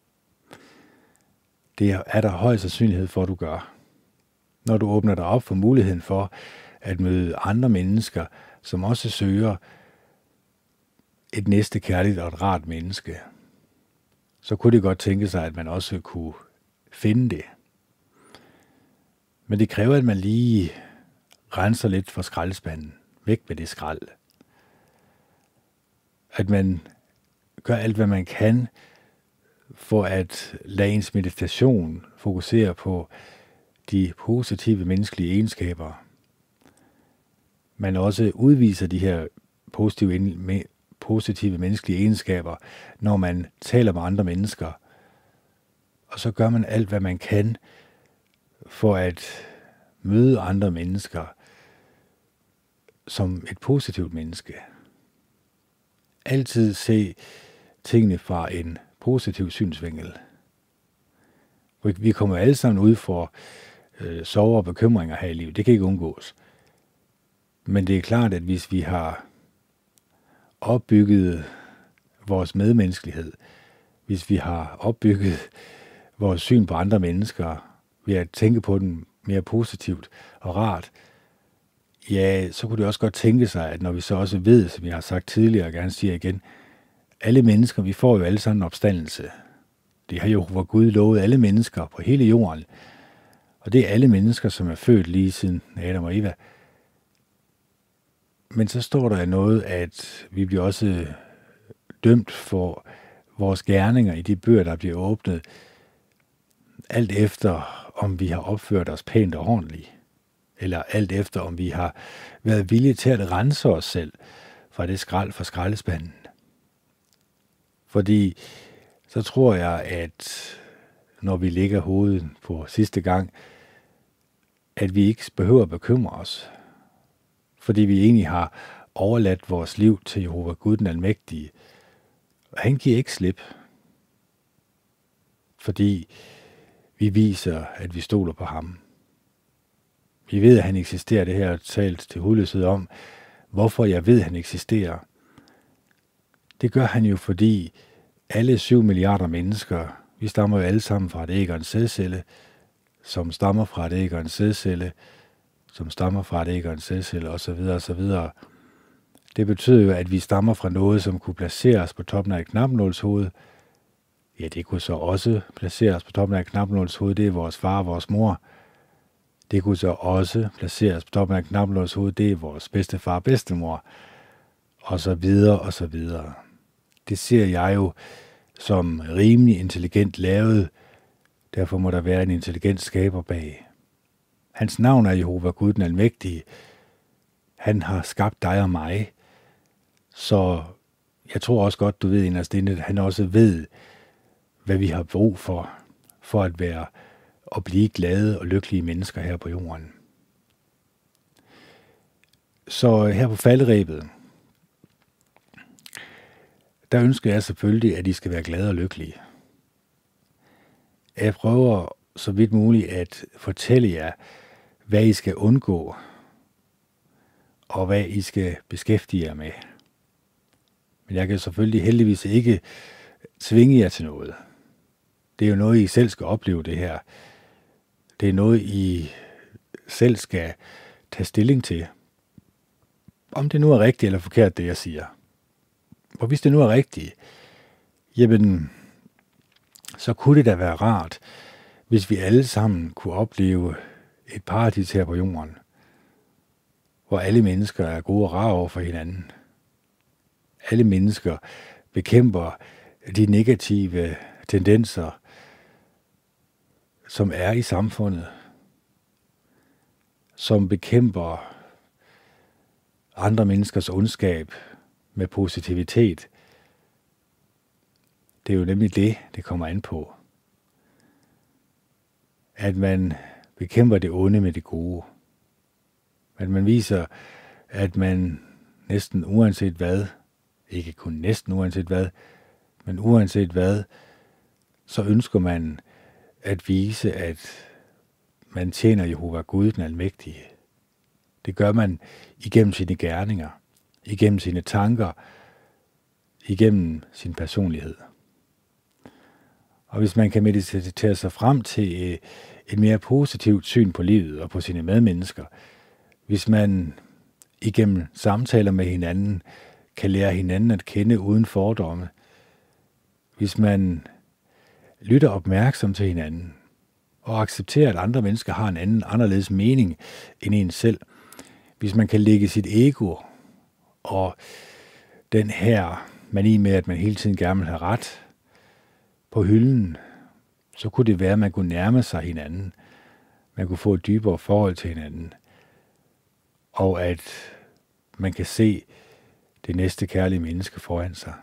Det er der høj sandsynlighed for, at du gør. Når du åbner dig op for muligheden for at møde andre mennesker, som også søger et næste kærligt og et rart menneske, så kunne det godt tænke sig, at man også kunne finde det. Men det kræver, at man lige renser lidt for skraldespanden. Væk med det skrald. At man gør alt, hvad man kan, for at lade ens meditation fokusere på de positive menneskelige egenskaber. Man også udviser de her positive menneskelige egenskaber, når man taler med andre mennesker. Og så gør man alt, hvad man kan, for at møde andre mennesker som et positivt menneske. Altid se tingene fra en positiv synsvinkel. Vi kommer alle sammen ud for sorger og bekymringer her i livet. Det kan ikke undgås. Men det er klart, at hvis vi har opbygget vores medmenneskelighed, hvis vi har opbygget vores syn på andre mennesker ved at tænke på dem mere positivt og rart, ja, så kunne det også godt tænke sig, at når vi så også ved, som jeg har sagt tidligere og gerne siger igen, alle mennesker, vi får jo alle sammen en opstandelse. Det har jo hvor Gud lovet alle mennesker på hele jorden. Og det er alle mennesker, som er født lige siden Adam og Eva. Men så står der noget, at vi bliver også dømt for vores gerninger i de bøger, der bliver åbnet, alt efter om vi har opført os pænt og ordentligt, eller alt efter om vi har været villige til at rense os selv fra det skrald fra skraldespanden. Fordi så tror jeg, at når vi lægger hovedet på sidste gang, at vi ikke behøver at bekymre os. Fordi vi egentlig har overladt vores liv til Jehova Gud den Almægtige. Og han giver ikke slip. Fordi vi viser, at vi stoler på ham. Vi ved, at han eksisterer. Det her er talt til hudløshed om, hvorfor jeg ved, at han eksisterer. Det gør han jo, fordi alle 7 milliarder mennesker, vi stammer jo alle sammen fra et æg og en sædcelle, som stammer fra et æg og en sædcelle, som stammer fra et æg og en sædcelle, osv. osv. Det betyder jo, at vi stammer fra noget, som kunne placeres på toppen af et knapnålshoved. Ja, det kunne så også placeres på toppen af et knapnålshoved. Det er vores far og vores mor. Det kunne så også placeres på toppen af et knapnålshoved. Det er vores bedstefar og bedstemor. Og så videre, og så videre. Det ser jeg jo som rimelig intelligent lavet. Derfor må der være en intelligent skaber bag. Hans navn er Jehova Gud den Almægtige. Han har skabt dig og mig. Så jeg tror også godt, du ved inderst inde, at han også ved, hvad vi har brug for at være og blive glade og lykkelige mennesker her på jorden. Så her på falderebet, der ønsker jeg selvfølgelig, at I skal være glade og lykkelige. Jeg prøver så vidt muligt at fortælle jer, hvad I skal undgå, og hvad I skal beskæftige jer med. Men jeg kan selvfølgelig heldigvis ikke tvinge jer til noget. Det er jo noget, I selv skal opleve det her. Det er noget, I selv skal tage stilling til. Om det nu er rigtigt eller forkert, det jeg siger. For hvis det nu er rigtigt, jamen, så kunne det da være rart, hvis vi alle sammen kunne opleve et paradis her på jorden, hvor alle mennesker er gode og rare over for hinanden. Alle mennesker bekæmper de negative tendenser, som er i samfundet, som bekæmper andre menneskers ondskab med positivitet. Det er jo nemlig det kommer an på. At man bekæmper det onde med det gode. At man viser, at man næsten uanset hvad, ikke kun næsten uanset hvad, men uanset hvad, så ønsker man at vise, at man tjener Jehova Gud den Almægtige. Det gør man igennem sine gerninger, igennem sine tanker, igennem sin personlighed. Og hvis man kan meditere sig frem til et mere positivt syn på livet og på sine medmennesker, hvis man igennem samtaler med hinanden kan lære hinanden at kende uden fordomme, hvis man lytter opmærksomt til hinanden og accepterer, at andre mennesker har en anderledes mening end en selv, hvis man kan lægge sit ego og den her mani med, at man hele tiden gerne vil have ret på hylden, så kunne det være, at man kunne nærme sig hinanden. Man kunne få et dybere forhold til hinanden. Og at man kan se det næste kærlige menneske foran sig.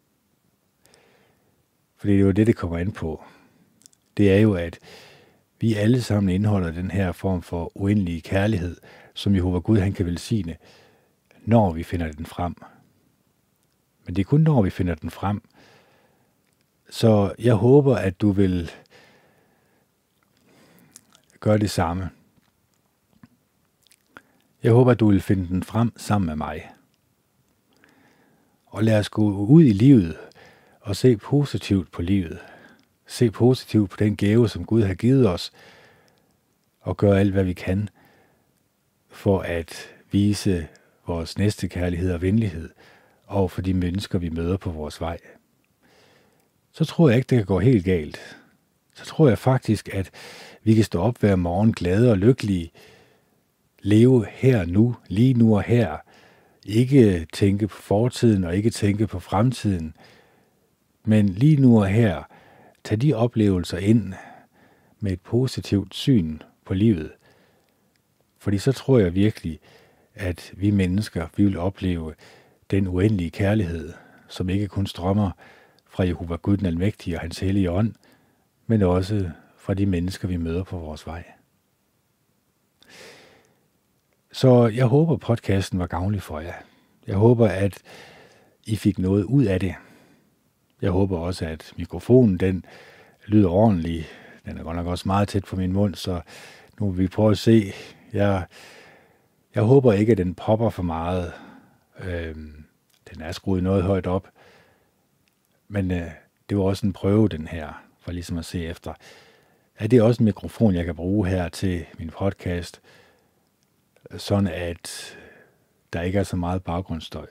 Fordi det er jo det kommer an på. Det er jo, at vi alle sammen indeholder den her form for uendelig kærlighed, som Jehova Gud han kan velsigne, når vi finder den frem. Men det er kun når vi finder den frem. Så jeg håber, at du vil gøre det samme. Jeg håber, at du vil finde den frem sammen med mig. Og lad os gå ud i livet og se positivt på livet. Se positivt på den gave, som Gud har givet os, og gøre alt, hvad vi kan, for at vise vores næste kærlighed og venlighed over for de mennesker, vi møder på vores vej. Så tror jeg ikke, det kan gå helt galt. Så tror jeg faktisk, at vi kan stå op hver morgen glade og lykkelige, leve her nu, lige nu og her, ikke tænke på fortiden og ikke tænke på fremtiden, men lige nu og her, tag de oplevelser ind med et positivt syn på livet. Fordi så tror jeg virkelig, at vi mennesker, vi vil opleve den uendelige kærlighed, som ikke kun strømmer fra Jehova Gud den Almægtige og hans hellige ånd, men også fra de mennesker, vi møder på vores vej. Så jeg håber, podcasten var gavnlig for jer. Jeg håber, at I fik noget ud af det. Jeg håber også, at mikrofonen den lyder ordentligt. Den er godt nok også meget tæt på min mund, så nu vil vi prøve at se. Jeg håber ikke, at den popper for meget. Den er skruet noget højt op. Men det var også en prøve, den her, for ligesom at se efter. Er det også en mikrofon, jeg kan bruge her til min podcast, sådan at der ikke er så meget baggrundsstøj.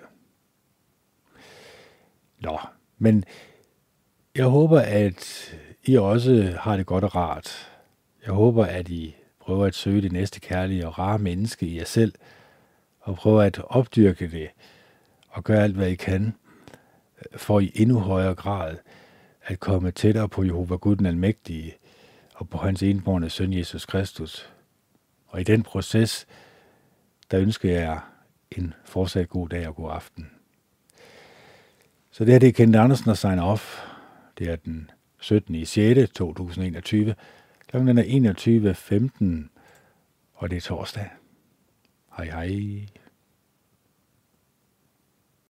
Men jeg håber, at I også har det godt og rart. Jeg håber, at I prøver at søge det næste kærlige og rare menneske i jer selv, og prøver at opdyrke det, og gøre alt, hvad I kan, for i endnu højere grad at komme tættere på Jehova Gud den Almægtige, og på hans enbårne søn Jesus Kristus. Og i den proces, der ønsker jeg jer en fortsat god dag og god aften. Så det her, det er Kent Andersen og sign off. Det er den 17.6.2021. Klokken er 21.15, og det er torsdag. Hej hej.